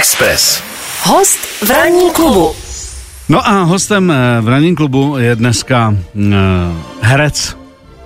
Express. Host v ranním klubu. No a hostem v ranním klubu je dneska herec.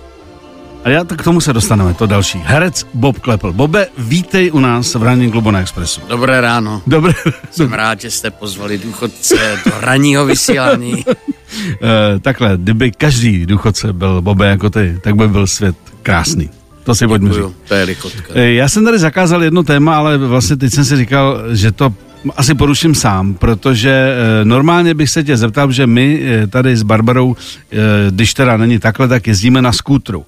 A já tak k tomu se dostaneme, to další. Herec Bob Klepl. Bobe, vítej u nás v ranním klubu na Expressu. Dobré ráno. Dobré. Jsem rád, že jste pozvali důchodce do ranního vysílání. Takhle, kdyby každý důchodce byl Bobe jako ty, tak by byl svět krásný. To si pojďme říct. To je likotka. Já jsem tady zakázal jedno téma, ale vlastně teď jsem si říkal, že to asi poruším sám, protože normálně bych se tě zeptal, že my tady s Barbarou, když teda není takhle, tak jezdíme na skútru.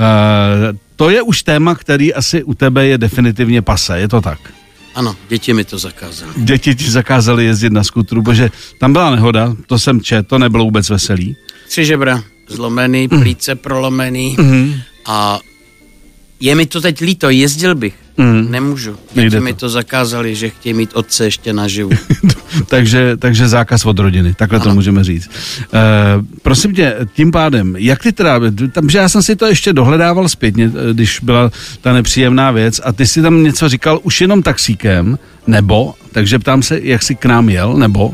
To je už téma, který asi u tebe je definitivně pase, je to tak? Ano, děti mi to zakázali. Děti ti zakázali jezdit na skútru, protože tam byla nehoda, to jsem četl, to nebylo vůbec veselý. 3 žebra zlomený, plíce prolomený a je mi to teď líto, jezdil bych. Nemůžu. Děti mi to zakázali, že chtějí mít otce ještě naživu. takže zákaz od rodiny, takhle ano. To můžeme říct. Prosím tě, tím pádem, jak ty teda, že já jsem si to ještě dohledával zpětně, když byla ta nepříjemná věc a ty si tam něco říkal už jenom taxíkem, nebo, takže ptám se, jak jsi k nám jel, nebo?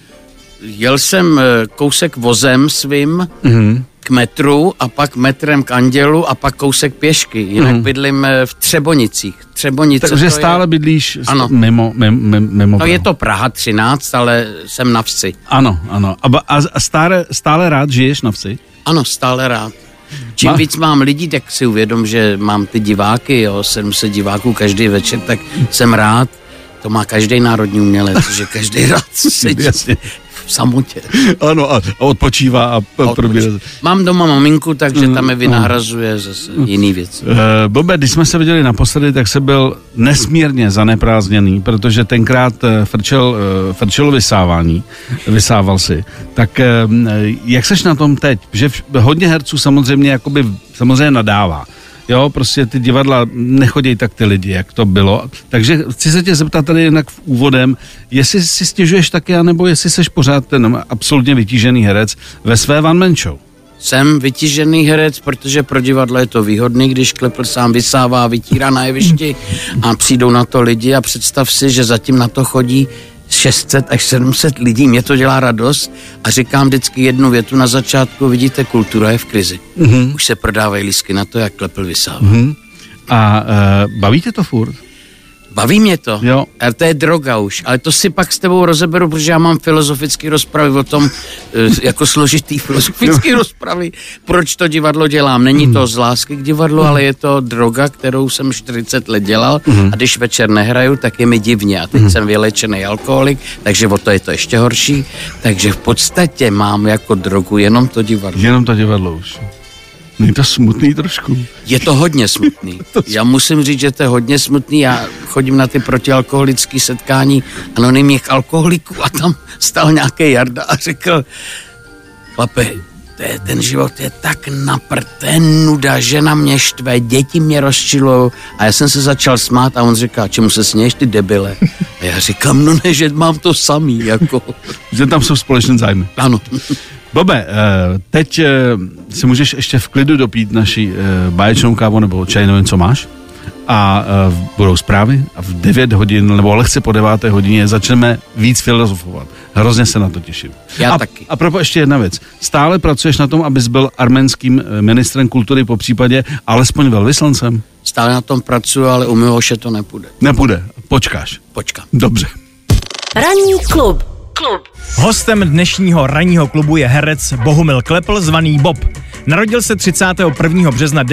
Jel jsem kousek vozem svým, k metru a pak metrem k Andělu a pak kousek pěšky. Jinak bydlím v Třebonicích. Takže stále bydlíš mimo No Prahu. Je to Praha 13, ale jsem na vsi. Ano. A stále rád žiješ na vsi? Ano, stále rád. Čím víc mám lidí, tak si uvědom, že mám ty diváky, 700 diváků každý večer, tak jsem rád. To má každý národní umělec, že každý rád sedí v samotě. Ano, a odpočívá a probírá. Mám doma maminku, takže tam me vynahrazuje zase jiný věc. Bobe, když jsme se viděli naposledy, tak se byl nesmírně zaneprázdněný, protože tenkrát frčelo vysával si. Tak jak seš na tom teď? Že hodně herců samozřejmě nadává. Jo, prostě ty divadla nechodí tak ty lidi, jak to bylo. Takže chci se tě zeptat tady jinak v úvodem, jestli si stěžuješ taky, anebo jestli seš pořád ten absolutně vytížený herec ve své one-man show. Jsem vytížený herec, protože pro divadlo je to výhodný, když Klepl sám vysává, vytírá na jevišti a přijdou na to lidi a představ si, že zatím na to chodí 600 až 700 lidí, mě to dělá radost a říkám vždycky jednu větu na začátku, vidíte, kultura je v krizi. Už se prodávají lístky na to, jak Klepl vysává. A baví tě to furt? Baví mě to, jo. Ale to je droga už, ale to si pak s tebou rozeberu, protože já mám filozofické rozpravy o tom, jako složitý filozofické rozpravy, proč to divadlo dělám. Není to z lásky k divadlu, ale je to droga, kterou jsem 40 let dělal a když večer nehraju, tak je mi divně a teď jsem vylečený alkoholik, takže o to je to ještě horší, takže v podstatě mám jako drogu jenom to divadlo. Jenom to divadlo už. Je to smutný trošku. Je to hodně smutný. Já musím říct, že to je hodně smutný. Já chodím na ty protialkoholické setkání anonymních alkoholiků a tam stál nějaký Jarda a řekl, chlapi, ten život je tak to je nuda, žena mě štve, děti mě rozčilujou a já jsem se začal smát a on říká, čemu se směješ, ty debile? A já říkám, no ne, že mám to samý, jako. Že tam jsou společné zájmy. Ano. Bobe, teď si můžeš ještě v klidu dopít naši báječnou kávu nebo čaj, nevím, co máš. A budou zprávy a v 9 hodin, nebo lehce po 9 hodině začneme víc filozofovat. Hrozně se na to těším. Já taky. A proto ještě jedna věc. Stále pracuješ na tom, abys byl arménským ministrem kultury, po případě alespoň velvyslancem? Stále na tom pracuji, ale u Miloše to nepůjde. Nepůjde. Počkáš. Počkám. Dobře. Ranní klub. Hostem dnešního ranního klubu je herec Bohumil Klepl, zvaný Bob. Narodil se 31. března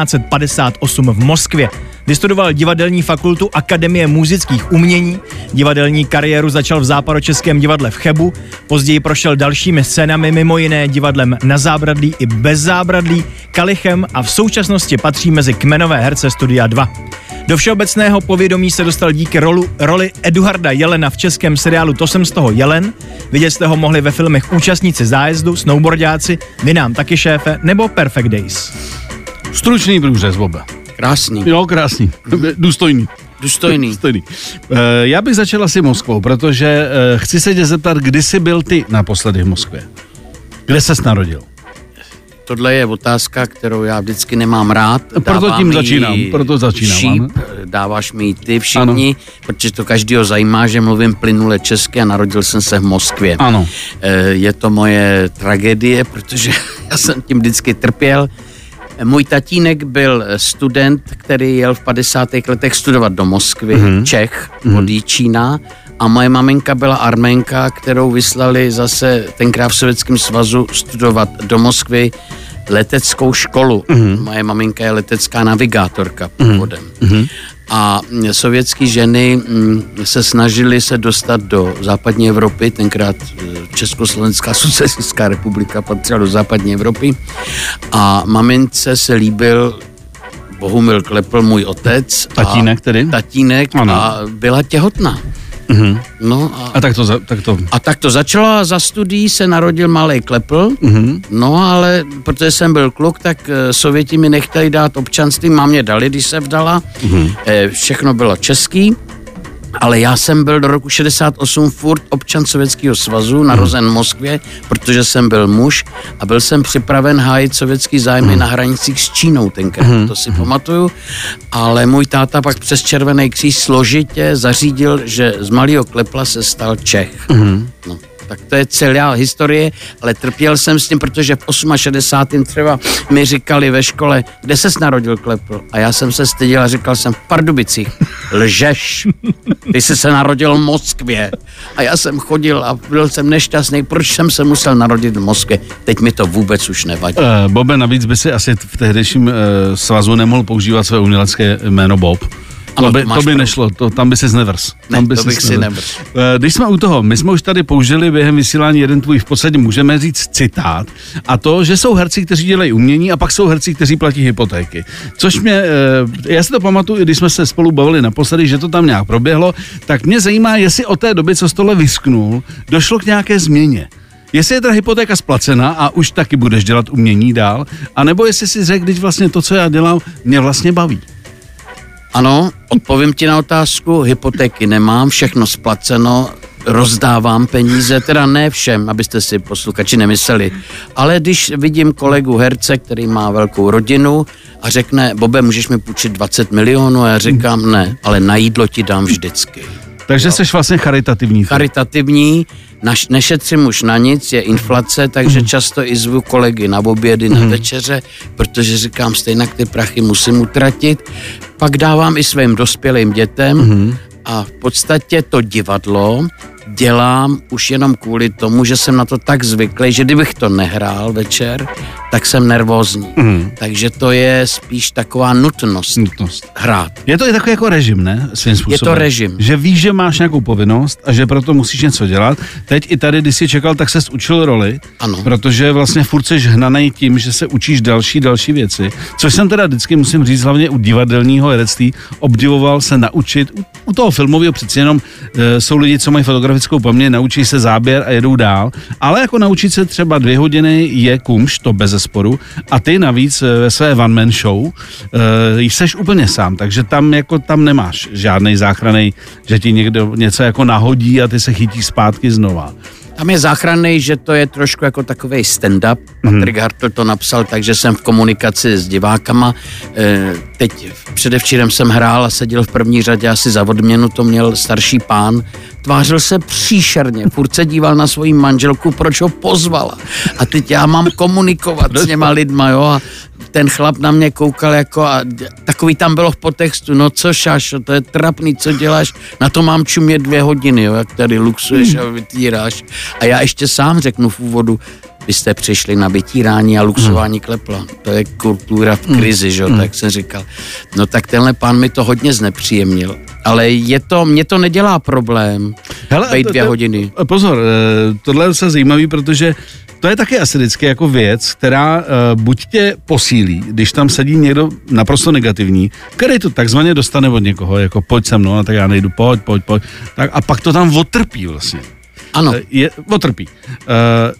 1958 v Moskvě. Vystudoval divadelní fakultu Akademie múzických umění, divadelní kariéru začal v Západočeském divadle v Chebu, později prošel dalšími scénami, mimo jiné divadlem Na zábradlí i Bez zábradlí, Kalichem a v současnosti patří mezi kmenové herce Studia 2. Do všeobecného povědomí se dostal díky roli Eduarda Jelena v českém seriálu To jsem z toho Jelen. Vidět jste ho mohli ve filmech Účastníci zájezdu, Snowboardáci, Vy nám taky šéfe nebo Perfect Days. Stručný průřez, Bobe. Krásný. Jo, krásný. Důstojný. Já bych začal asi Moskvou, protože chci se tě zeptat, kdy jsi byl ty naposledy v Moskvě? Kde ses narodil? tohle je otázka, kterou já vždycky nemám rád. Proto tím začínám. Dáváš mi ji ty všichni, protože to každýho zajímá, že mluvím plynule česky a narodil jsem se v Moskvě. Ano. Je to moje tragédie, protože já jsem tím vždycky trpěl. Můj tatínek byl student, který jel v 50. letech studovat do Moskvy, Čech, od Jičína, a moje maminka byla Arménka, kterou vyslali zase tenkrát v Sovětském svazu studovat do Moskvy leteckou školu. Moje maminka je letecká navigátorka původem. A sovětské ženy se snažily se dostat do západní Evropy, tenkrát Československá socialistická republika patřila do západní Evropy, a mamince se líbil Bohumil Klepl, můj otec. Tatínek tedy? Tatínek, ano. A byla těhotná. No a tak to začalo, za studií se narodil malej Klepl, no ale protože jsem byl kluk, tak Sověti mi nechtěli dát občanství, mámě dali, když se vdala, všechno bylo český, ale já jsem byl do roku 68 furt občan Sovětského svazu, narozen v Moskvě, protože jsem byl muž a byl jsem připraven hájit sovětský zájmy na hranicích s Čínou tenkrát, to si pamatuju, ale můj táta pak přes Červený kříž složitě zařídil, že z malého Klepla se stal Čech. No. Tak to je celá historie, ale trpěl jsem s tím, protože v 68. třeba mi říkali ve škole, kde ses narodil Klepl? A já jsem se styděl a říkal jsem v Pardubicích. Lžeš, ty jsi se narodil v Moskvě. A já jsem chodil a byl jsem nešťastný, proč jsem se musel narodit v Moskvě. Teď mi to vůbec už nevadí. Bobe, navíc by si asi v tehdejším svazu nemohl používat své umělecké jméno Bob. Ano, to by nešlo, tam by ses nevrz. To bych si nevrz. Když jsme u toho, my jsme už tady použili během vysílání jeden tvůj, v podstatě můžeme říct citát, a to, že jsou herci, kteří dělají umění, a pak jsou herci, kteří platí hypotéky. Což mě, já si to pamatuju, když jsme se spolu bavili naposledy, že to tam nějak proběhlo, tak mě zajímá, jestli od té doby, co jsi tohle vysknul, došlo k nějaké změně. Jestli je ta hypotéka splacena a už taky budeš dělat umění dál, anebo jestli si řekl, když vlastně to, co já dělám, mě vlastně baví. Ano, odpovím ti na otázku, hypotéky nemám, všechno splaceno, rozdávám peníze, teda ne všem, abyste si posluchači nemysleli, ale když vidím kolegu herce, který má velkou rodinu a řekne, Bobe, můžeš mi půjčit 20 milionů, a já říkám, ne, ale na jídlo ti dám vždycky. Takže jsi vlastně charitativní. Charitativní, nešetřím už na nic, je inflace, takže často i zvu kolegy na obědy, na večeře, protože říkám, stejně ty prachy musím utratit. Pak dávám i svým dospělým dětem a v podstatě to divadlo dělám už jenom kvůli tomu, že jsem na to tak zvyklý, že kdybych to nehrál večer, tak jsem nervózní. Takže to je spíš taková nutnost hrát. Je to i takový jako režim, ne? Svým způsobem. Je to režim. Že víš, že máš nějakou povinnost a že proto musíš něco dělat. Teď i tady, když jsi čekal, tak ses učil roli. Ano. Protože vlastně furt seš hnanej tím, že se učíš další věci. Což jsem teda vždycky, musím říct, hlavně u divadelního herectví, obdivoval se naučit. U toho filmového přeci jenom jsou lidi, co mají fotografickou paměť, naučí se záběr a jedou dál. Ale jako naučit se třeba 2 hodiny je kumš, to bezesporu. A ty navíc ve své one-man show jseš úplně sám, takže tam nemáš žádnej záchranný, že ti někdo něco jako nahodí a ty se chytíš zpátky znova. Tam je záchranný, že to je trošku jako takovej stand-up. Patrik Hartl to napsal, takže jsem v komunikaci s divákama. Teď předevčírem jsem hrál a seděl v první řadě, asi za odměnu to měl starší pán. Tvářil se příšerně, furt se díval na svoji manželku, proč ho pozvala. A teď já mám komunikovat s těma lidma, jo, a ten chlap na mě koukal jako a takový tam bylo v podtextu, no co Šašo, to je trapný, co děláš, na to mám čumět 2 hodiny, jo, jak tady luxuješ a vytíráš. A já ještě sám řeknu v úvodu, vy jste přišli na vytírání a luxování Klepla. To je kultura v krizi, že jo, tak jsem říkal. No tak tenhle pán mi to hodně znepříjemnil. Ale mě to nedělá problém, bejt 2 hodiny. Pozor, tohle je zajímavý, protože to je taky asi vždycky jako věc, která buď tě posílí, když tam sedí někdo naprosto negativní, který to takzvaně dostane od někoho, jako pojď se mnou, tak já nejdu, pojď. Tak, a pak to tam otrpí vlastně. Ano. Otrpí.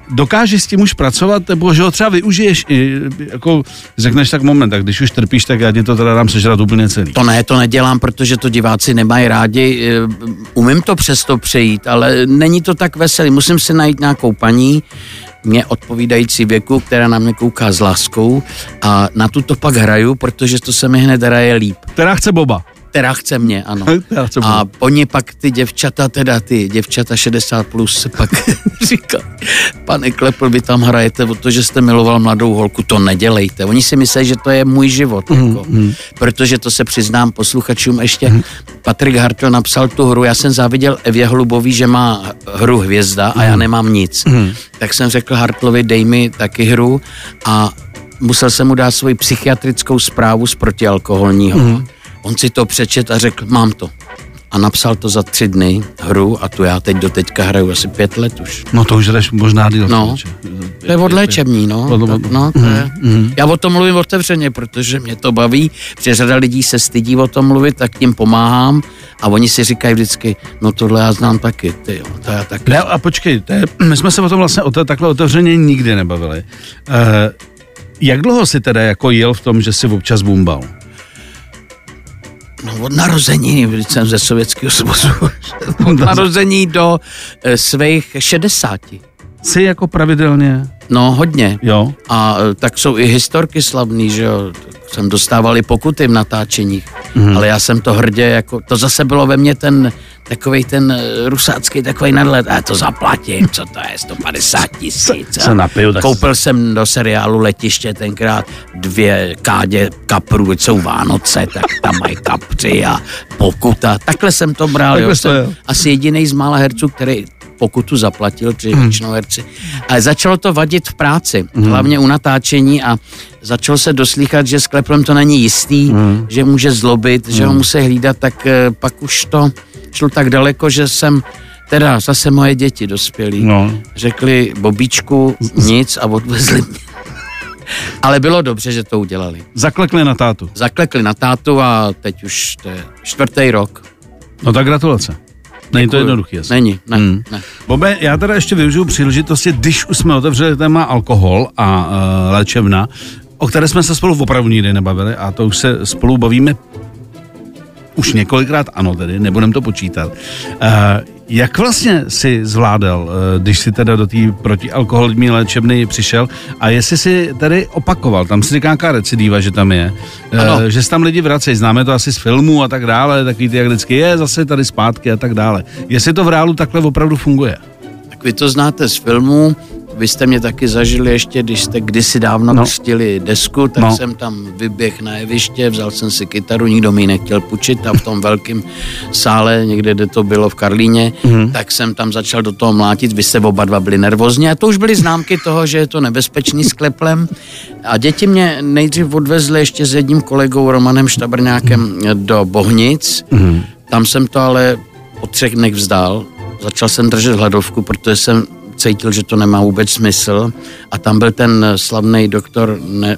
dokážeš s tím už pracovat, nebo že ho třeba využiješ i, jako řekneš tak moment, tak když už trpíš, tak já ti to teda dám sežrat úplně celý. To nedělám, protože to diváci nemají rádi. Umím to přesto přejít, ale není to tak veselý. Musím si najít nějakou paní, mě odpovídající věku, která na mě kouká s láskou a na tuto pak hraju, protože to se mi hned hraje líp. Která chce Boba. Která chce mě, ano. A oni pak ty děvčata 60 plus pak říkají, pane Klepl, vy tam hrajete o to, že jste miloval mladou holku, to nedělejte. Oni si myslí, že to je můj život, jako. Protože to se přiznám posluchačům ještě. Patrik Hartl napsal tu hru, já jsem záviděl Evě Holubový, že má hru Hvězda a já nemám nic. Tak jsem řekl Hartlovi, dej mi taky hru a musel jsem mu dát svoji psychiatrickou zprávu z protialkoholního. On si to přečet a řekl, mám to. A napsal to za 3 dny hru a tu já teď doteďka hraju asi 5 let už. No to už jdeš možná díl. No, to je od léčební, no. Já o tom mluvím otevřeně, protože mě to baví, protože řada lidí se stydí o tom mluvit, tak tím pomáhám a oni si říkají vždycky, no tohle já znám taky, to já taky. Ne, a počkej, my jsme se o tom vlastně takhle otevřeně nikdy nebavili. Jak dlouho jsi teda jako jel v tom, že jsi občas bumbal? No od narození, když jsem ze Sovětského svazu, od narození do svých 60. Jsi jako pravidelně? No hodně. Jo. A tak jsou i historky slavný, že jo. Jsem dostával i pokuty v natáčeních, ale já jsem to hrdě, jako, to zase bylo ve mně takovej ten rusácký takovej nadhled, a to zaplatím, co to je, 150 000. Koupil jsem do seriálu Letiště tenkrát 2 kádě kaprů, jsou Vánoce, tak tam mají kapři a pokuta. Takhle jsem to bral, jo. Jsem asi jedinej z mála herců, který pokutu zaplatil, protože většinou herci. Ale začalo to vadit v práci, hlavně u natáčení a začalo se doslýchat, že s Kleplem to není jistý, že může zlobit, že ho musí hlídat, tak pak už to šlo tak daleko, že jsem teda zase moje děti dospělí. Řekli Bobíčku nic a odvezli mě. Ale bylo dobře, že to udělali. Zaklekli na tátu a teď už to je 4. rok. No tak gratulace. Není to jednoduchý, jasně. Není, ne. Bobe, já teda ještě využiju příležitosti, když už jsme otevřeli téma alkohol a léčebna, o které jsme se spolu opravdu nikdy nebavili a to už se spolu bavíme už několikrát, ano tedy, nebudem to počítat. Jak vlastně si zvládal, když si teda do té protialkoholní léčebny přišel a jestli si tady opakoval, tam si říká nějaká recidiva, že tam je, že se tam lidi vracejí, známe to asi z filmů a tak dále, takový ty jak vždycky je zase tady zpátky a tak dále. Jestli to v reálu takhle opravdu funguje? Tak vy to znáte z filmů, vy jste mě taky zažili ještě, když jste kdysi dávno křtili desku, tak jsem tam vyběh na jeviště, vzal jsem si kytaru, nikdo mi ji nechtěl půjčit a v tom velkém sále, někde, kde to bylo v Karlíně, tak jsem tam začal do toho mlátit, vy jste oba dva byli nervózní a to už byly známky toho, že je to nebezpečný s Kleplem a děti mě nejdřív odvezly ještě s jedním kolegou Romanem Štabrňákem do Bohnic, tam jsem to ale po 3 dnech vzdal, začal jsem držet hladovku, protože jsem cítil, že to nemá vůbec smysl a tam byl ten slavný doktor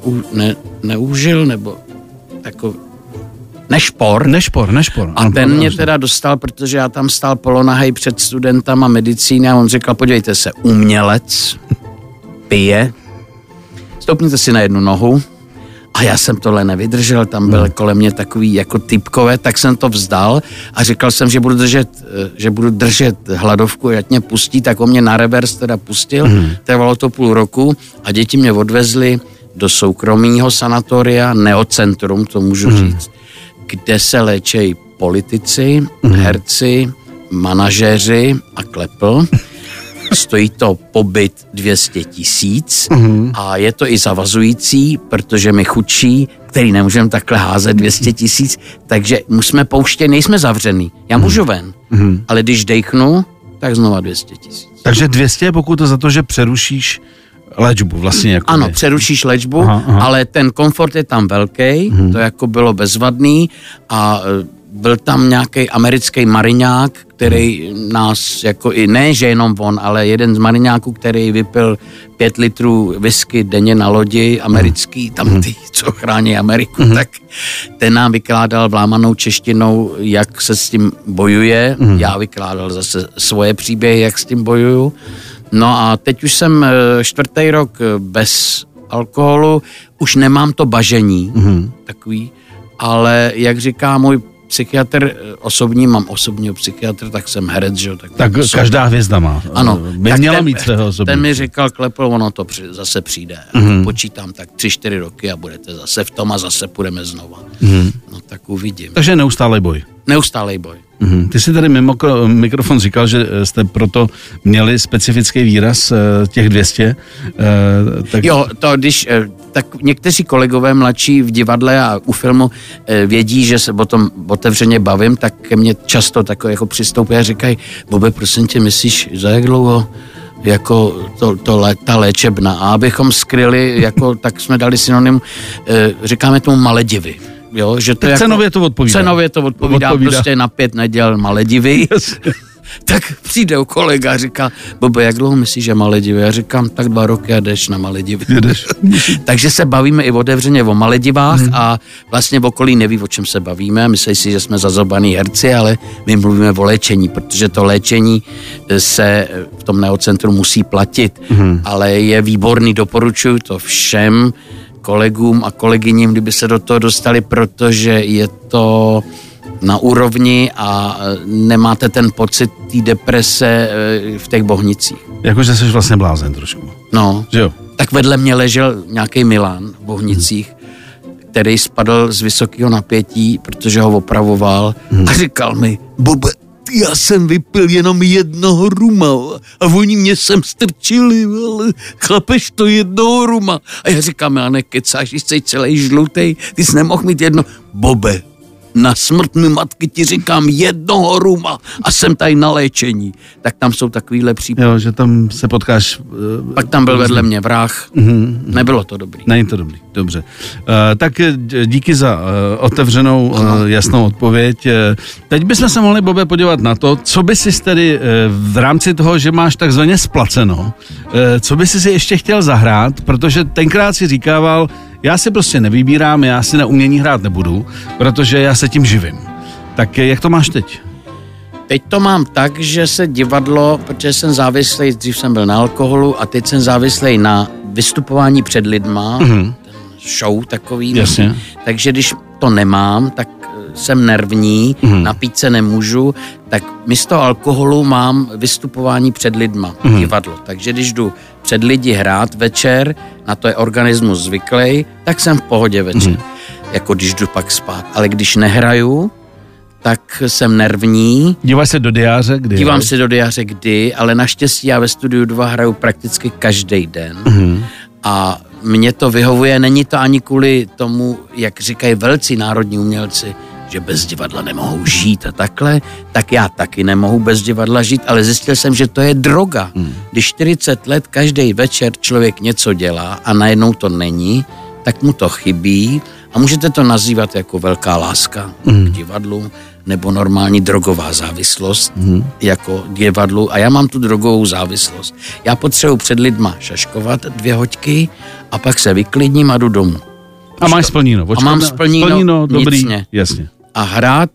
Neužil, nebo takový Nešpor. A ten mě teda dostal, protože já tam stál polonahej před studentama medicíny a on říkal, podívejte se, umělec pije, stoupněte si na jednu nohu. A já jsem tohle nevydržel, tam byl kolem mě takový jako typkové, tak jsem to vzdal a říkal jsem, že budu držet hladovku, jak mě pustí, tak on mě na revers teda pustil, trvalo to 0,5 roku a děti mě odvezli do soukromého sanatoria, Neocentrum, to můžu říct, kde se léčejí politici, herci, manažéři a Klepl. Stojí to pobyt 200 000 a je to i zavazující, protože my chudší, který nemůžeme takhle házet 200 000, takže musíme pouštět, nejsme zavřený. Já můžu ven, ale když dejchnu, tak znova 200 000. Takže 200 je pokuta za to, že přerušíš léčbu vlastně. Jako ano, přerušíš léčbu, ale ten komfort je tam velký, to jako bylo bezvadný a byl tam nějaký americký mariňák, který nás, jako i ne, že jenom on, ale jeden z mariňáků, který vypil 5 litrů whisky denně na lodi americký, tam ty, co chrání Ameriku, tak ten nám vykládal vlámanou češtinou, jak se s tím bojuje. Já vykládal zase svoje příběhy, jak s tím bojuju. No a teď už jsem 4. rok bez alkoholu, už nemám to bažení takový, ale jak říká můj psychiatr osobní, mám osobního psychiatra, tak jsem herec, že jo. Tak každá hvězda má. Ano. By měla mít svého osobního. Ten mi říkal, Klepl, ono to zase přijde. Počítám tak 3-4 roky a budete zase v tom a zase půjdeme znova. No tak uvidím. Takže neustálej boj. Neustálej boj. Ty jsi tady mimo mikrofon říkal, že jste proto měli specifický výraz těch 200. Tak... Jo, to když tak někteří kolegové mladší v divadle a u filmu vědí, že se o tom otevřeně bavím, tak ke mně často takové jako přistoupí a říkají, Bobe, prosím tě, myslíš, za jak dlouho jako ta léčebna? A abychom skryli, jako, tak jsme dali synonym, říkáme tomu Maledivy. Jo, že to jako, cenově to odpovídá. Cenově to odpovídá. Prostě na 5 neděl Maledivy. Tak přijde kolega a říká, Bobo, jak dlouho myslíš, že Maledivy? Já říkám, tak 2 roky a jdeš na Maledivy. Takže se bavíme i otevřeně o Maledivách a vlastně v okolí neví, o čem se bavíme. Myslí si, že jsme zazobaný herci, ale my mluvíme o léčení, protože to léčení se v tom neocentru musí platit, ale je výborný, doporučuji to všem kolegům a kolegyním, kdyby se do toho dostali, protože je to na úrovni a nemáte ten pocit té deprese v těch Bohnicích. Jakože jsi vlastně blázen trošku. No, že jo? Tak vedle mě ležel nějaký Milan v Bohnicích, který spadl z vysokého napětí, protože ho opravoval a říkal mi, Bobe, já jsem vypil jenom 1 ruma a oni mě sem strčili, ale chlapeš to 1 ruma. A já říkám, já nekecáš, jsi celý žlutej, ty jsi nemohl mít 1. Bobe, na smrt mi matky ti říkám 1 ruma a jsem tady na léčení. Tak tam jsou takovýhle případy. Jo, že tam se potkáš. Pak tam byl vedle mě vrah. Nebylo to dobrý. Není to dobrý, dobře. Tak díky za otevřenou, jasnou odpověď. Teď bychom se mohli, Bobe, podívat na to, co by si tedy v rámci toho, že máš takzvaně splaceno, co by si ještě chtěl zahrát, protože tenkrát si říkával, já si prostě nevybírám, já si na umění hrát nebudu, protože já se tím živím. Tak jak to máš teď? Teď to mám tak, že se divadlo, protože jsem závislý, dřív jsem byl na alkoholu a teď jsem závislý na vystupování před lidma, ten show takový. Jasně. Takže když to nemám, tak jsem nervní, napít se nemůžu, tak místo alkoholu mám vystupování před lidma, divadlo. Takže když jdu před lidi hrát večer, na to je organismus zvyklý, tak jsem v pohodě večer. Jako když jdu pak spát. Ale když nehraju, tak jsem nervní. Díváš se do diáře, kdy? Dívám se do diáře, kdy, ale naštěstí já ve Studiu 2 hraju prakticky každý den. A mně to vyhovuje, není to ani kvůli tomu, jak říkají velcí národní umělci, že bez divadla nemohou žít a takhle, tak já taky nemohu bez divadla žít, ale zjistil jsem, že to je droga. Když 40 let každý večer člověk něco dělá a najednou to není, tak mu to chybí a můžete to nazývat jako velká láska k divadlu nebo normální drogová závislost jako divadlu a já mám tu drogovou závislost. Já potřebuji před lidma šaškovat 2 hoďky a pak se vyklidním a jdu domů. A máš splníno. A mám splníno, dobrý, nicně. Jasně. A hrát,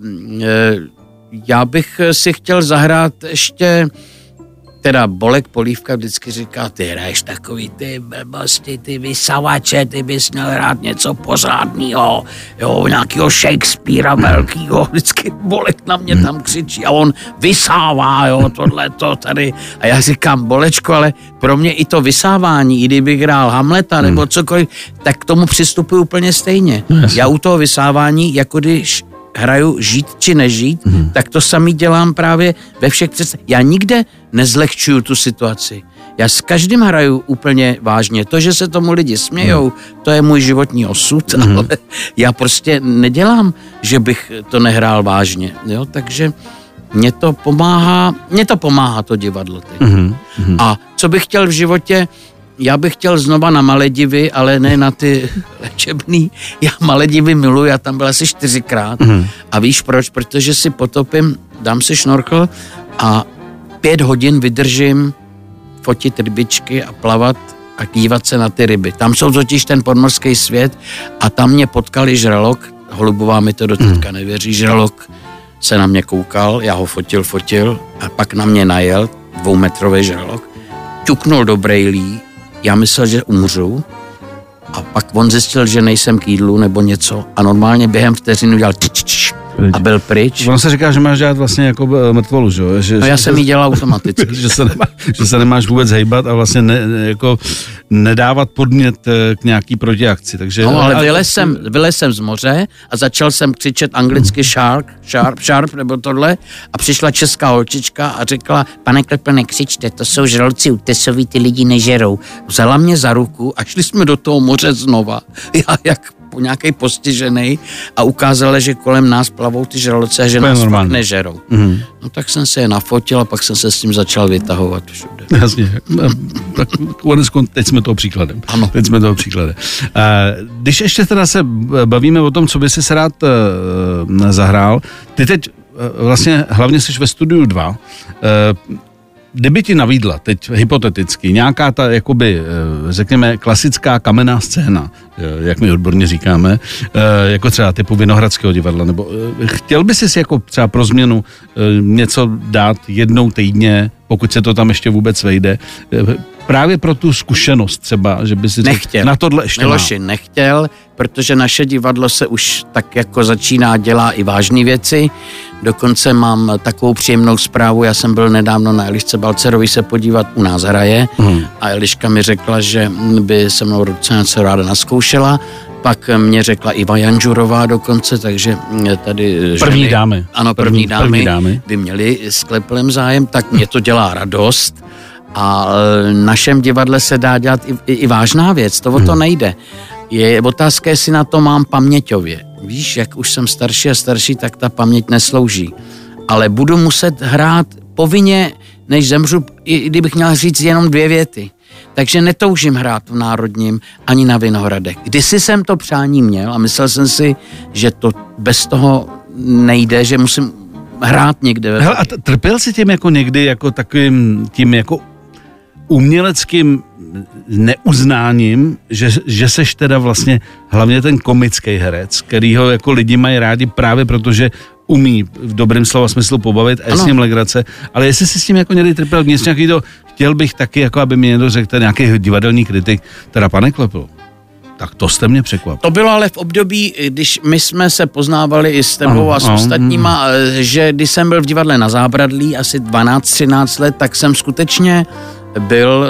já bych si chtěl zahrát ještě, teda Bolek Polívka vždycky říká, ty hraješ takový ty blbosti, ty vysavače, ty bys měl hrát něco pořádného, jo, nějakého Shakespearea velkýho, vždycky Bolek na mě tam křičí a on vysává, jo, tohleto tady. A já říkám, Bolečko, ale pro mě i to vysávání, i kdybych hrál Hamleta nebo cokoliv, tak k tomu přistupuji úplně stejně. Já u toho vysávání, jako když hraju žít či nežít, tak to samý dělám právě ve všech představách. Já nikde nezlehčuju tu situaci. Já s každým hraju úplně vážně. To, že se tomu lidi smějou, to je můj životní osud, ale já prostě nedělám, že bych to nehrál vážně. Jo? Takže mě to pomáhá to divadlo teď. A co bych chtěl v životě, já bych chtěl znova na Maledivy, ale ne na ty léčebný. Já Maledivy miluji, já tam byl asi 4krát. A víš proč? Protože si potopím, dám si šnorchl a 5 hodin vydržím fotit rybičky a plavat a dívat se na ty ryby. Tam jsou totiž ten podmorský svět a tam mě potkali žralok, Holubová mi to do teďka nevěří, žralok se na mě koukal, já ho fotil a pak na mě najel, 2metrový žralok, ťuknul do brejlí, já myslel, že umřu a pak on zjistil, že nejsem k jídlu nebo něco a normálně během vteřinu dělal a byl pryč. Ono se říká, že máš dělat vlastně jako mrtvolu, že? No já jsem ji dělal automaticky. že se nemáš vůbec hejbat a vlastně jako nedávat podnět k nějaký protiakci. Takže, no, ale vylez jsem z moře a začal jsem křičet anglicky sharp nebo tohle a přišla česká holčička a řekla, pane Klepl, nekřičte, to jsou žraloci útesoví, ty lidi nežerou. Vzala mě za ruku a šli jsme do toho moře znova. Já jak po nějakej postižený a ukázala, že kolem nás plavou ty žraloce a že nás fakt nežerou. Mm. No tak jsem se je nafotil a pak jsem se s tím začal vytahovat všude. Jasně. Tak teď jsme toho příkladem. Ano. Teď jsme toho příkladem. Když ještě teda se bavíme o tom, co by si rád zahrál, ty teď vlastně hlavně jsi ve Studiu 2. Kdyby ti nabídla, teď hypoteticky, nějaká ta, jakoby, řekněme, klasická kamenná scéna, jak my odborně říkáme, jako třeba typu Vinohradského divadla, nebo chtěl by si jako třeba pro změnu něco dát jednou týdně, pokud se to tam ještě vůbec vejde, právě pro tu zkušenost třeba, že by si nechtěl. Na tohle ještě Miloši, nechtěl, protože naše divadlo se už tak jako začíná dělat i vážné věci. Dokonce mám takovou příjemnou zprávu, já jsem byl nedávno na Elišce Balcerovi se podívat, u nás hraje a Eliška mi řekla, že by se mnou docela něco ráda naskoušela. Pak mě řekla Iva Janžurová dokonce, takže tady první dámy. Ano, první dámy by měli s Kleplem zájem, tak mě to dělá radost. A v našem divadle se dá dělat i vážná věc, to o to nejde. Je otázka, jestli na to mám paměťově. Víš, jak už jsem starší a starší, tak ta paměť neslouží. Ale budu muset hrát povinně, než zemřu, i kdybych měl říct jenom 2 věty. Takže netoužím hrát v Národním ani na Vinohradech. Kdysi jsem to přání měl a myslel jsem si, že to bez toho nejde, že musím hrát někde. Hele, a trpěl jsi tím jako někdy jako takovým tím jako uměleckým neuznáním, že seš teda vlastně hlavně ten komický herec, kterýho jako lidi mají rádi právě protože umí v dobrém slova smyslu pobavit a je s ním legrace, ale jestli si s tím jako někdy trpěl, něco nějaký to, chtěl bych taky, jako aby mi někdo řekl, nějaký divadelní kritik, teda pane Klepl, tak to jste mě překvapil. To bylo ale v období, když my jsme se poznávali i s tebou a s ostatníma, že když jsem byl v divadle Na Zábradlí asi 12-13 let, tak jsem skutečně byl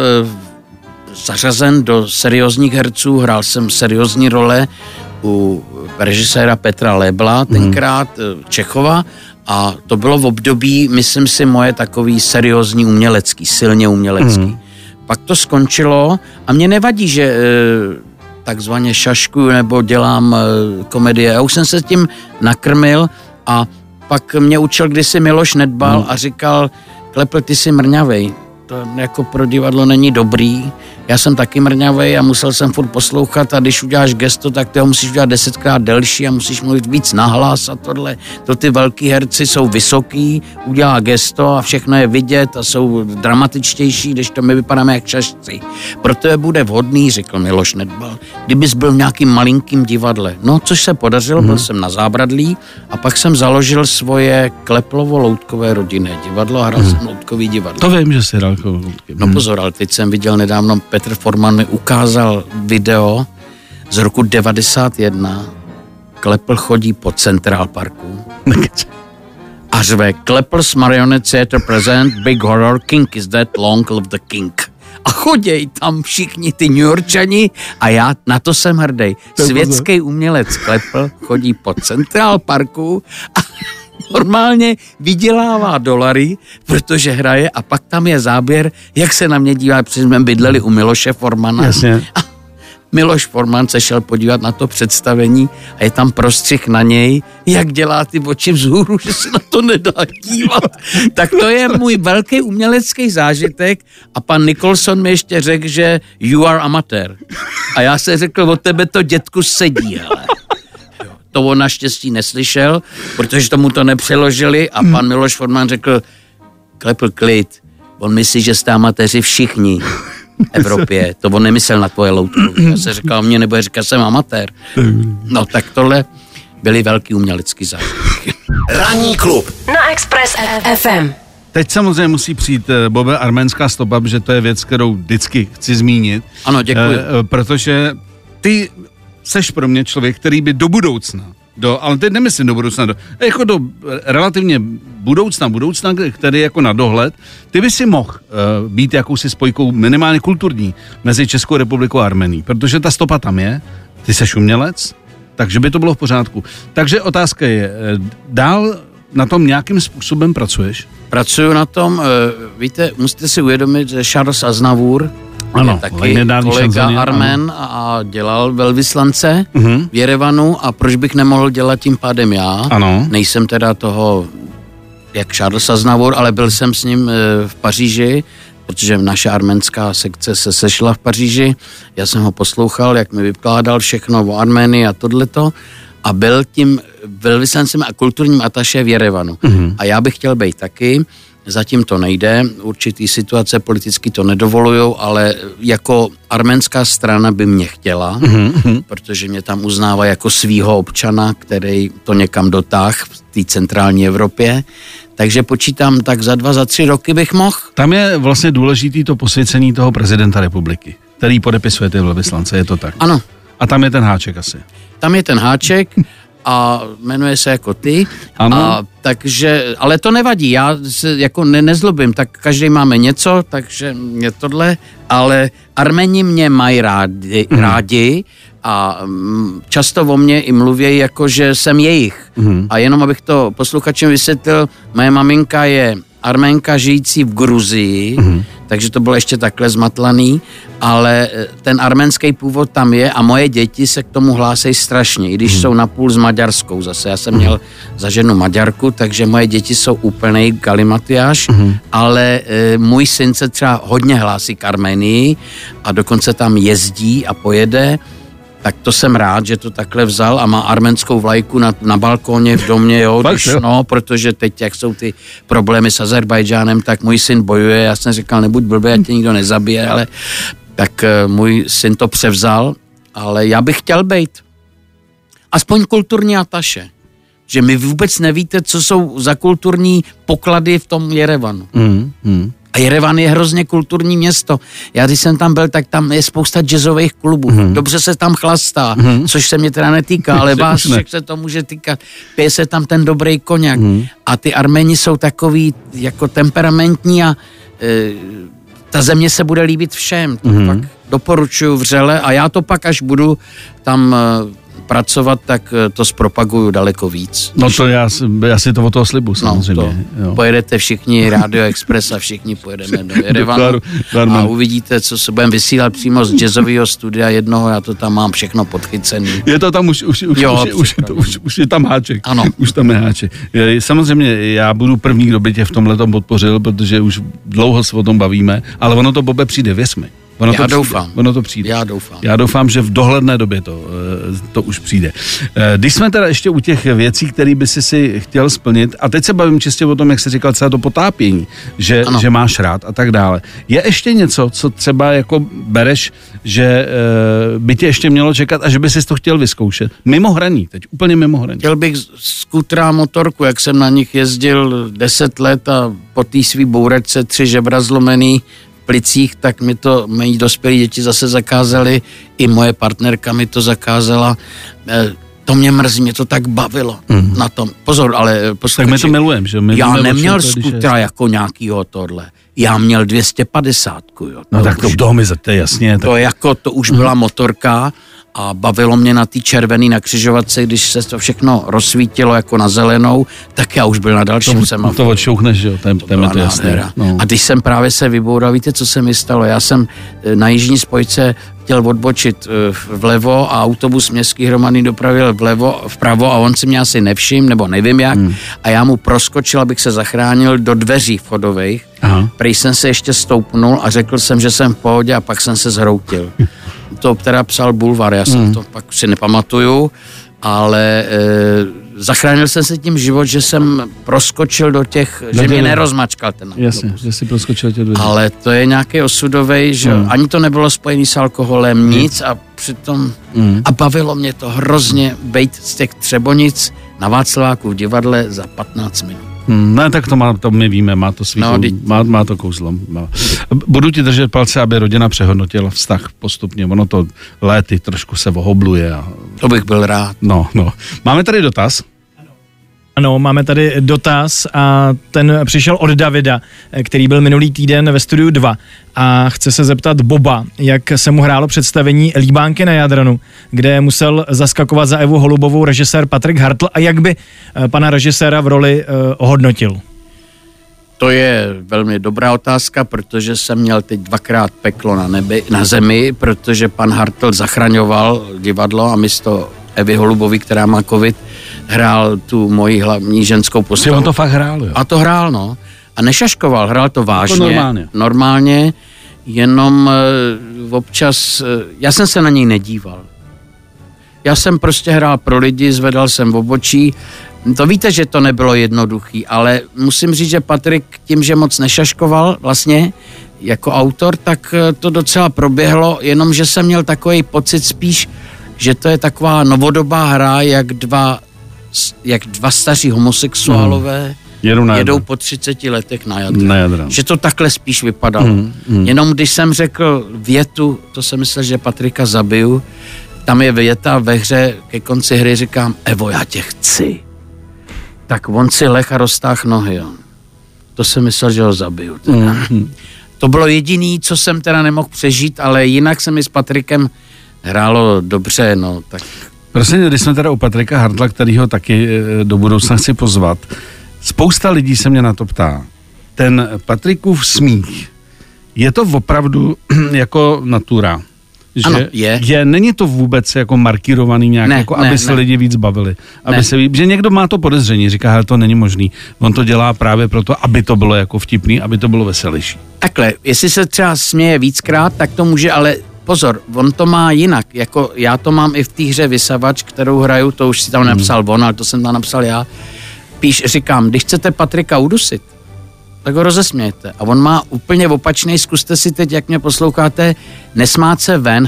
zařazen do seriózních herců, hrál jsem seriózní role u režiséra Petra Lebla, tenkrát Čechova, a to bylo v období, myslím si, moje takový seriózní umělecký, silně umělecký. Pak to skončilo a mě nevadí, že takzvaně šaškuju nebo dělám komedie. Já už jsem se tím nakrmil a pak mě učil kdysi Miloš Nedbal a říkal, Klepl, ty jsi mrňavej. To jako pro divadlo není dobrý. Já jsem taky mrňavej a musel jsem furt poslouchat a když uděláš gesto, tak ty ho musíš udělat 10krát delší a musíš mluvit víc nahlas a tohle. To ty velký herci jsou vysoký, udělá gesto a všechno je vidět a jsou dramatičtější, když to my vypadáme jak šašci. Proto je bude vhodný, řekl Miloš Nedbal, kdybys byl v nějakým malinkým divadle. No, což se podařilo, byl jsem na Zábradlí a pak jsem založil svoje Kleplovo-loutkové rodinné divadlo a hrál jsem loutkový divadlo. To vím, že jsi hrál loutky. No pozor, ale teď jsem viděl nedávno, Petr Forman mi ukázal video z roku 91. Klepl chodí po Central Parku a řve Klepls Marionette Theater present Big Horror King is dead, long live the king. A choděj tam všichni ty New Yorkčani a já na to jsem hrdý. Světský umělec Klepl chodí po Central Parku a normálně vydělává dolary, protože hraje a pak tam je záběr, jak se na mě dívá, protože jsme bydleli u Miloše Formana. Jasně. A Miloš Forman se šel podívat na to představení a je tam prostřih na něj, jak dělá ty oči vzhůru, že se na to nedá dívat. Tak to je můj velký umělecký zážitek a pan Nicholson mi ještě řekl, že you are amateur. A já se řekl, od tebe to dětku sedí, hele. To on naštěstí neslyšel, protože tomu to nepřeložili a pan Miloš Forman řekl, Klepl, klid, on myslí, že jste amatéři všichni v Evropě, to on nemyslel na tvoje loutku. Já se říkal, mě nebude říkat, jsem amatér. No tak tohle byly velký umělecký zážitky. Ranní klub na Express FM. Teď samozřejmě musí přijít, Bobe, arménská stopa, protože to je věc, kterou vždycky chci zmínit. Ano, děkuji. Protože ty seš pro mě člověk, který by do budoucna, ale teď nemyslím do budoucna, jako do relativně budoucna, který jako na dohled, ty by si mohl být jakousi spojkou minimálně kulturní mezi Českou republikou a Armenií, protože ta stopa tam je, ty seš umělec, takže by to bylo v pořádku. Takže otázka je, dál na tom nějakým způsobem pracuješ? Pracuju na tom, víte, musíte si uvědomit, že Charles Aznavour ano, je taky kolega Armen a dělal velvyslance v Jerevanu a proč bych nemohl dělat tím pádem já? Ano. Nejsem teda toho, jak Charles Aznavour, ale byl jsem s ním v Paříži, protože naše arménská sekce se sešla v Paříži. Já jsem ho poslouchal, jak mi vykládal všechno o Arménii a tohleto. A byl tím velvyslancem a kulturním ataše v Jerevanu. A já bych chtěl být taky, zatím to nejde, určitý situace politicky to nedovolujou, ale jako arménská strana by mě chtěla, protože mě tam uznává jako svýho občana, který to někam dotáhl v té centrální Evropě. Takže počítám, tak za 2, za 3 roky bych mohl. Tam je vlastně důležitý to posvěcení toho prezidenta republiky, který podepisuje ty velvyslance, je to tak? Ano. A tam je ten háček asi. Tam je ten háček a jmenuje se jako ty. Ano. Takže, ale to nevadí, já se jako nezlobím, tak každý máme něco, takže je tohle, ale Arméni mě mají rádi a často o mě i mluví jako, že jsem jejich. A jenom abych to posluchačům vysvětlil, moje maminka je Arménka žijící v Gruzii, takže to bylo ještě takhle zmatlaný, ale ten arménský původ tam je a moje děti se k tomu hlásejí strašně, i když jsou napůl s maďarskou zase. Já jsem měl za ženu Maďarku, takže moje děti jsou úplnej galimatiáš, ale můj syn se třeba hodně hlásí k Arménii a dokonce tam jezdí a pojede. Tak to jsem rád, že to takhle vzal a má arménskou vlajku na balkóně v domě, jo, protože teď, jak jsou ty problémy s Azerbajdžánem, tak můj syn bojuje, já jsem říkal, nebuď blbý, ať tě nikdo nezabije, ale tak můj syn to převzal, ale já bych chtěl být aspoň kulturní ataše, že my vůbec nevíte, co jsou za kulturní poklady v tom Jerevanu. A Jerevan je hrozně kulturní město. Já když jsem tam byl, tak tam je spousta jazzových klubů. Dobře se tam chlastá, což se mě teda netýká, ale vás však se to může týkat. Pije se tam ten dobrý koněk. A ty Arméni jsou takový jako temperamentní a ta země se bude líbit všem. To pak doporučuju vřele a já to pak, až budu tam pracovat, tak to zpropaguju daleko víc. No to já si to od toho slibu samozřejmě. No, pojedete všichni, Radio Express a všichni pojedeme do Jerevanu a uvidíte, co se budeme vysílat přímo z jazzového studia jednoho, já to tam mám všechno podchycený. Je to tam už je tam háček. Ano. Už tam je háček. Samozřejmě já budu první, kdo by tě v tomhletom podpořil, protože už dlouho se o tom bavíme, ale ono to, Bobe, přijde, věř mi. Ono to přijde. Já doufám, že v dohledné době to už přijde. Když jsme teda ještě u těch věcí, které by si chtěl splnit, a teď se bavím čistě o tom, jak jsi říkal, celé to potápění, že máš rád a tak dále. Je ještě něco, co třeba jako bereš, že by tě ještě mělo čekat a že by si to chtěl vyzkoušet? Mimo hraní, teď úplně mimo hraní. Chtěl bych skutra motorku, jak jsem na nich jezdil 10 let a po té svý bouračce 3 žebra zlomený plicích, tak mi to moji dospělí děti zase zakázali, i moje partnerka mi to zakázala. To mě mrzí, mě to tak bavilo na tom. Pozor, ale tak my to milujeme, že? Já neměl skutra jako nějakýho tohle. Já měl 250, jo. No tak to mi zate, jasně. To už byla motorka a bavilo mě na té červený na křižovatce, když se to všechno rozsvítilo jako na zelenou, tak já už byl na dalším semaforu. To odšouchneš, jo, to je to jasné. No. A když jsem právě se vyboural, víte, co se mi stalo? Já jsem na jižní spojce chtěl odbočit vlevo a autobus městský hromadný dopravil vpravo a on si mě asi nevšiml, nebo nevím jak, a já mu proskočil, abych se zachránil do dveří vchodových. Prej jsem se ještě stoupnul a řekl jsem, že jsem v pohodě a pak jsem se zhroutil. To teda psal Bulvar, já jsem to pak si nepamatuju, ale zachránil jsem se tím život, že jsem proskočil do těch, že mě nerozmačkal ten. Jasně, že si proskočil těch dveří. Ale to je nějaký osudovej, že ani to nebylo spojený s alkoholem, nic a přitom a bavilo mě to hrozně bejt z těch Třebonic na Václaváku v divadle za 15 minut. Ne, tak to my víme, má to svý má to kouzlo. Budu ti držet palce, aby rodina přehodnotila vztah postupně. Ono to léty trošku se ohobluje. To bych byl rád. No. Máme tady dotaz. Ano, máme tady dotaz a ten přišel od Davida, který byl minulý týden ve Studiu 2 a chce se zeptat Boba, jak se mu hrálo představení Líbánky na Jadranu, kde musel zaskakovat za Evu Holubovou režisér Patrik Hartl a jak by pana režiséra v roli ohodnotil. To je velmi dobrá otázka, protože jsem měl teď 2krát peklo na zemi, protože pan Hartl zachraňoval divadlo a místo Evy Holubový, která má covid, hrál tu moji hlavní ženskou postavu. On to fakt hrál, jo? A to hrál, no. A nešaškoval, hrál to vážně. Normálně, jenom občas, já jsem se na něj nedíval. Já jsem prostě hrál pro lidi, zvedal jsem obočí. To víte, že to nebylo jednoduchý, ale musím říct, že Patrik tím, že moc nešaškoval vlastně jako autor, tak to docela proběhlo, jenomže jsem měl takový pocit spíš, že to je taková novodobá hra, jak dva staří homosexuálové jedou po 30 letech na Jadran. Že to takhle spíš vypadalo. Jenom když jsem řekl větu, to jsem myslel, že Patrika zabiju, tam je věta ve hře, ke konci hry říkám, Evo, já tě chci. Tak on si leh a roztáh nohy. Jo. To jsem myslel, že ho zabiju. To bylo jediný, co jsem teda nemohl přežít, ale jinak se mi s Patrikem hrálo dobře, no tak. Prosím, když jsme teda u Patrika Hartla, kterýho taky do budoucna chci pozvat, spousta lidí se mě na to ptá. Ten Patrikův smích, je to opravdu jako natura? Že ano, je. Není to vůbec jako markírovaný nějak, aby se lidi víc bavili. Že někdo má to podezření, říká, hele, to není možný. On to dělá právě proto, aby to bylo jako vtipný, aby to bylo veselější. Takhle, jestli se třeba směje víckrát, tak to může, ale pozor, on to má jinak, jako já to mám i v té hře Vysavač, kterou hraju, to už si tam napsal on, ale to jsem tam napsal já. Říkám, když chcete Patrika udusit, tak ho rozesmějte. A on má úplně opačný, zkuste si teď, jak mě posloucháte, nesmát se ven,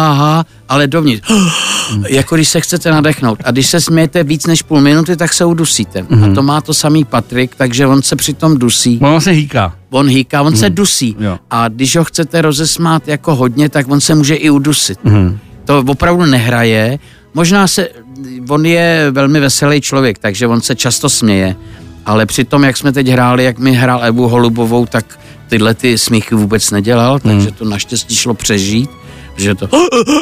ale dovnitř. Jako když se chcete nadechnout. A když se smějete víc než půl minuty, tak se udusíte. A to má to samý Patrik, takže on se přitom dusí. On se hýká. On se dusí. Jo. A když ho chcete rozesmát jako hodně, tak on se může i udusit. To opravdu nehraje. Možná on je velmi veselý člověk, takže on se často směje. Ale přitom, jak jsme teď hráli, jak mi hrál Evu Holubovou, tak tyhle ty smíchy vůbec nedělal, takže to naštěstí šlo přežít, že to...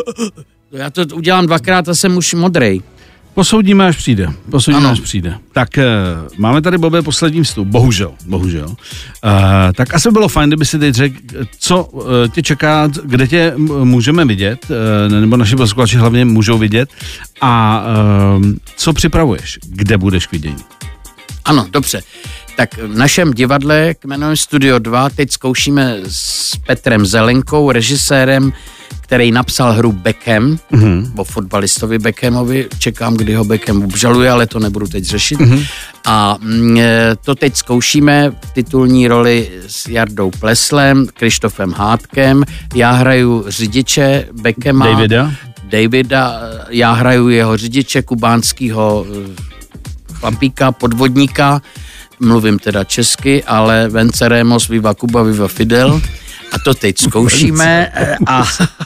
Já to udělám 2krát a jsem už modrej. Posoudíme, až přijde. Tak máme tady, Bobe, poslední vstup. Bohužel. Tak asi bylo fajn, kdyby si teď řekl, co tě čeká, kde tě můžeme vidět, nebo naši posluchači hlavně můžou vidět, a co připravuješ, kde budeš k vidění. Ano, dobře. Tak v našem divadle, jmenujeme Studio 2, teď zkoušíme s Petrem Zelenkou, režisérem, který napsal hru Beckham, o fotbalistovi Beckhamovi. Čekám, kdy ho Beckham obžaluje, ale to nebudu teď řešit. A to teď zkoušíme v titulní roli s Jardou Pleslem, Krištofem Hádkem. Já hraju řidiče Beckhama. Davida. Já hraju jeho řidiče, kubánskýho chlapíka, podvodníka, mluvím teda česky, ale venceremos, viva Cuba, viva Fidel. A to teď zkoušíme a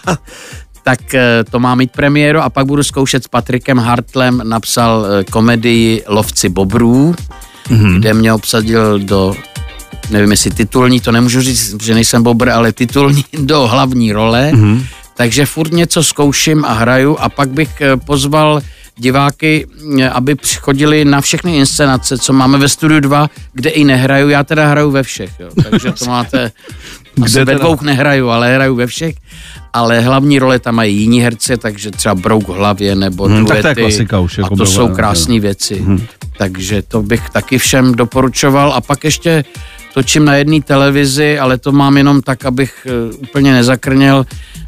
tak to má mít premiéru a pak budu zkoušet s Patrikem Hartlem, napsal komedii Lovci bobrů, kde mě obsadil do, nevím jestli titulní, to nemůžu říct, že nejsem bobr, ale titulní do hlavní role, takže furt něco zkouším a hraju a pak bych pozval diváky, aby přichodili na všechny inscenace, co máme ve Studiu 2, kde i nehraju, já teda hraju ve všech, jo. Takže to máte, asi ve 2 nehraju, ale hraju ve všech, ale hlavní role tam mají jiní herci, takže třeba Brouk v hlavě nebo duety, tak to je klasika už, jako a to jsou krásné věci, takže to bych taky všem doporučoval a pak ještě točím na jedné televizi, ale to mám jenom tak, abych úplně nezakrněl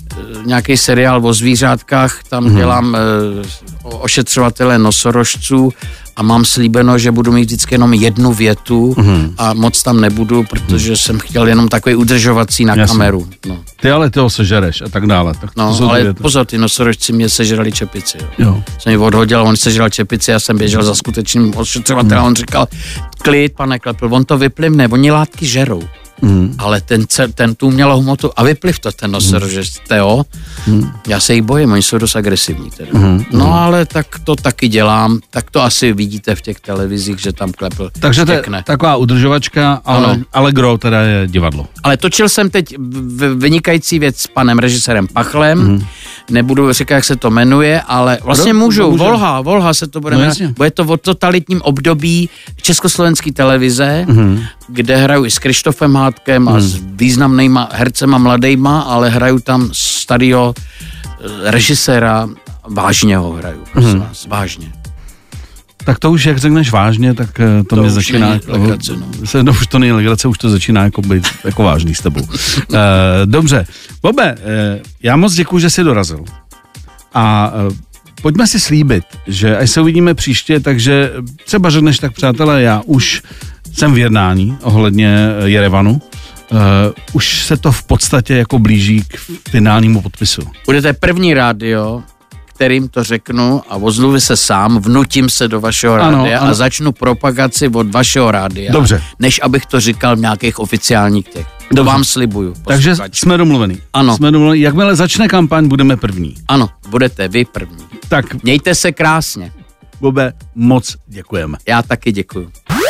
nějaký seriál o zvířátkách, tam dělám ošetřovatele nosorožců a mám slíbeno, že budu mít vždycky jenom jednu větu a moc tam nebudu, protože jsem chtěl jenom takový udržovací na kameru. No. Ty ale toho sežereš a tak dále. Tak ale pozor, ty nosorožci mě sežrali čepici. Jo. Jsem ji odhodil, on sežral čepici, já jsem běžel za skutečným ošetřovatelem a on říkal, klid, pane Klepl, on to vyplivne, oni látky žerou. Ale ten tu umělou hmotu a vypliv to ten nosorožec, Teo. Já se jich bojím, oni jsou dost agresivní teda. No ale tak to taky dělám, tak to asi vidíte v těch televizích, že tam Klepl takže to je taková udržovačka, ale gro teda je divadlo. Ale točil jsem teď vynikající věc s panem režisérem Pachlem, nebudu říkat, jak se to jmenuje, ale vlastně můžu, Volha se to bude jmenovat. Bude to o totalitním období československé televize, kde hraju i s Krištofem Hádkem a s významnýma hercema mladejma, ale hraju tam starýho režiséra, vážně ho hraju, prosím vás, vážně. Tak to už, jak řekneš vážně, tak to mě začíná... Už to není legrace, už to začíná jako být jako vážný s tebou. Dobře. Bobe, já moc děkuju, že jsi dorazil. A pojďme si slíbit, že až se uvidíme příště, takže třeba řekneš tak, přátelé, já už jsem v jednání ohledně Jerevanu. Už se to v podstatě jako blíží k finálnímu podpisu. Budete první rádio, kterým to řeknu a ozluvi se sám, vnutím se do vašeho rádia a začnu propagaci od vašeho rádia. Dobře. Než abych to říkal v nějakých oficiálních těch. To vám slibuju. Takže jsme domluveni. Ano. Jsme domluveni. Jakmile začne kampaň, budeme první. Ano, budete vy první. Tak. Mějte se krásně. Bobe, moc děkujeme. Já taky děkuju.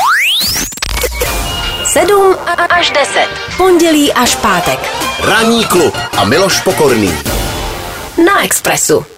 7 až 10. Pondělí až pátek. Ranní klub a Miloš Pokorný. Na Expressu.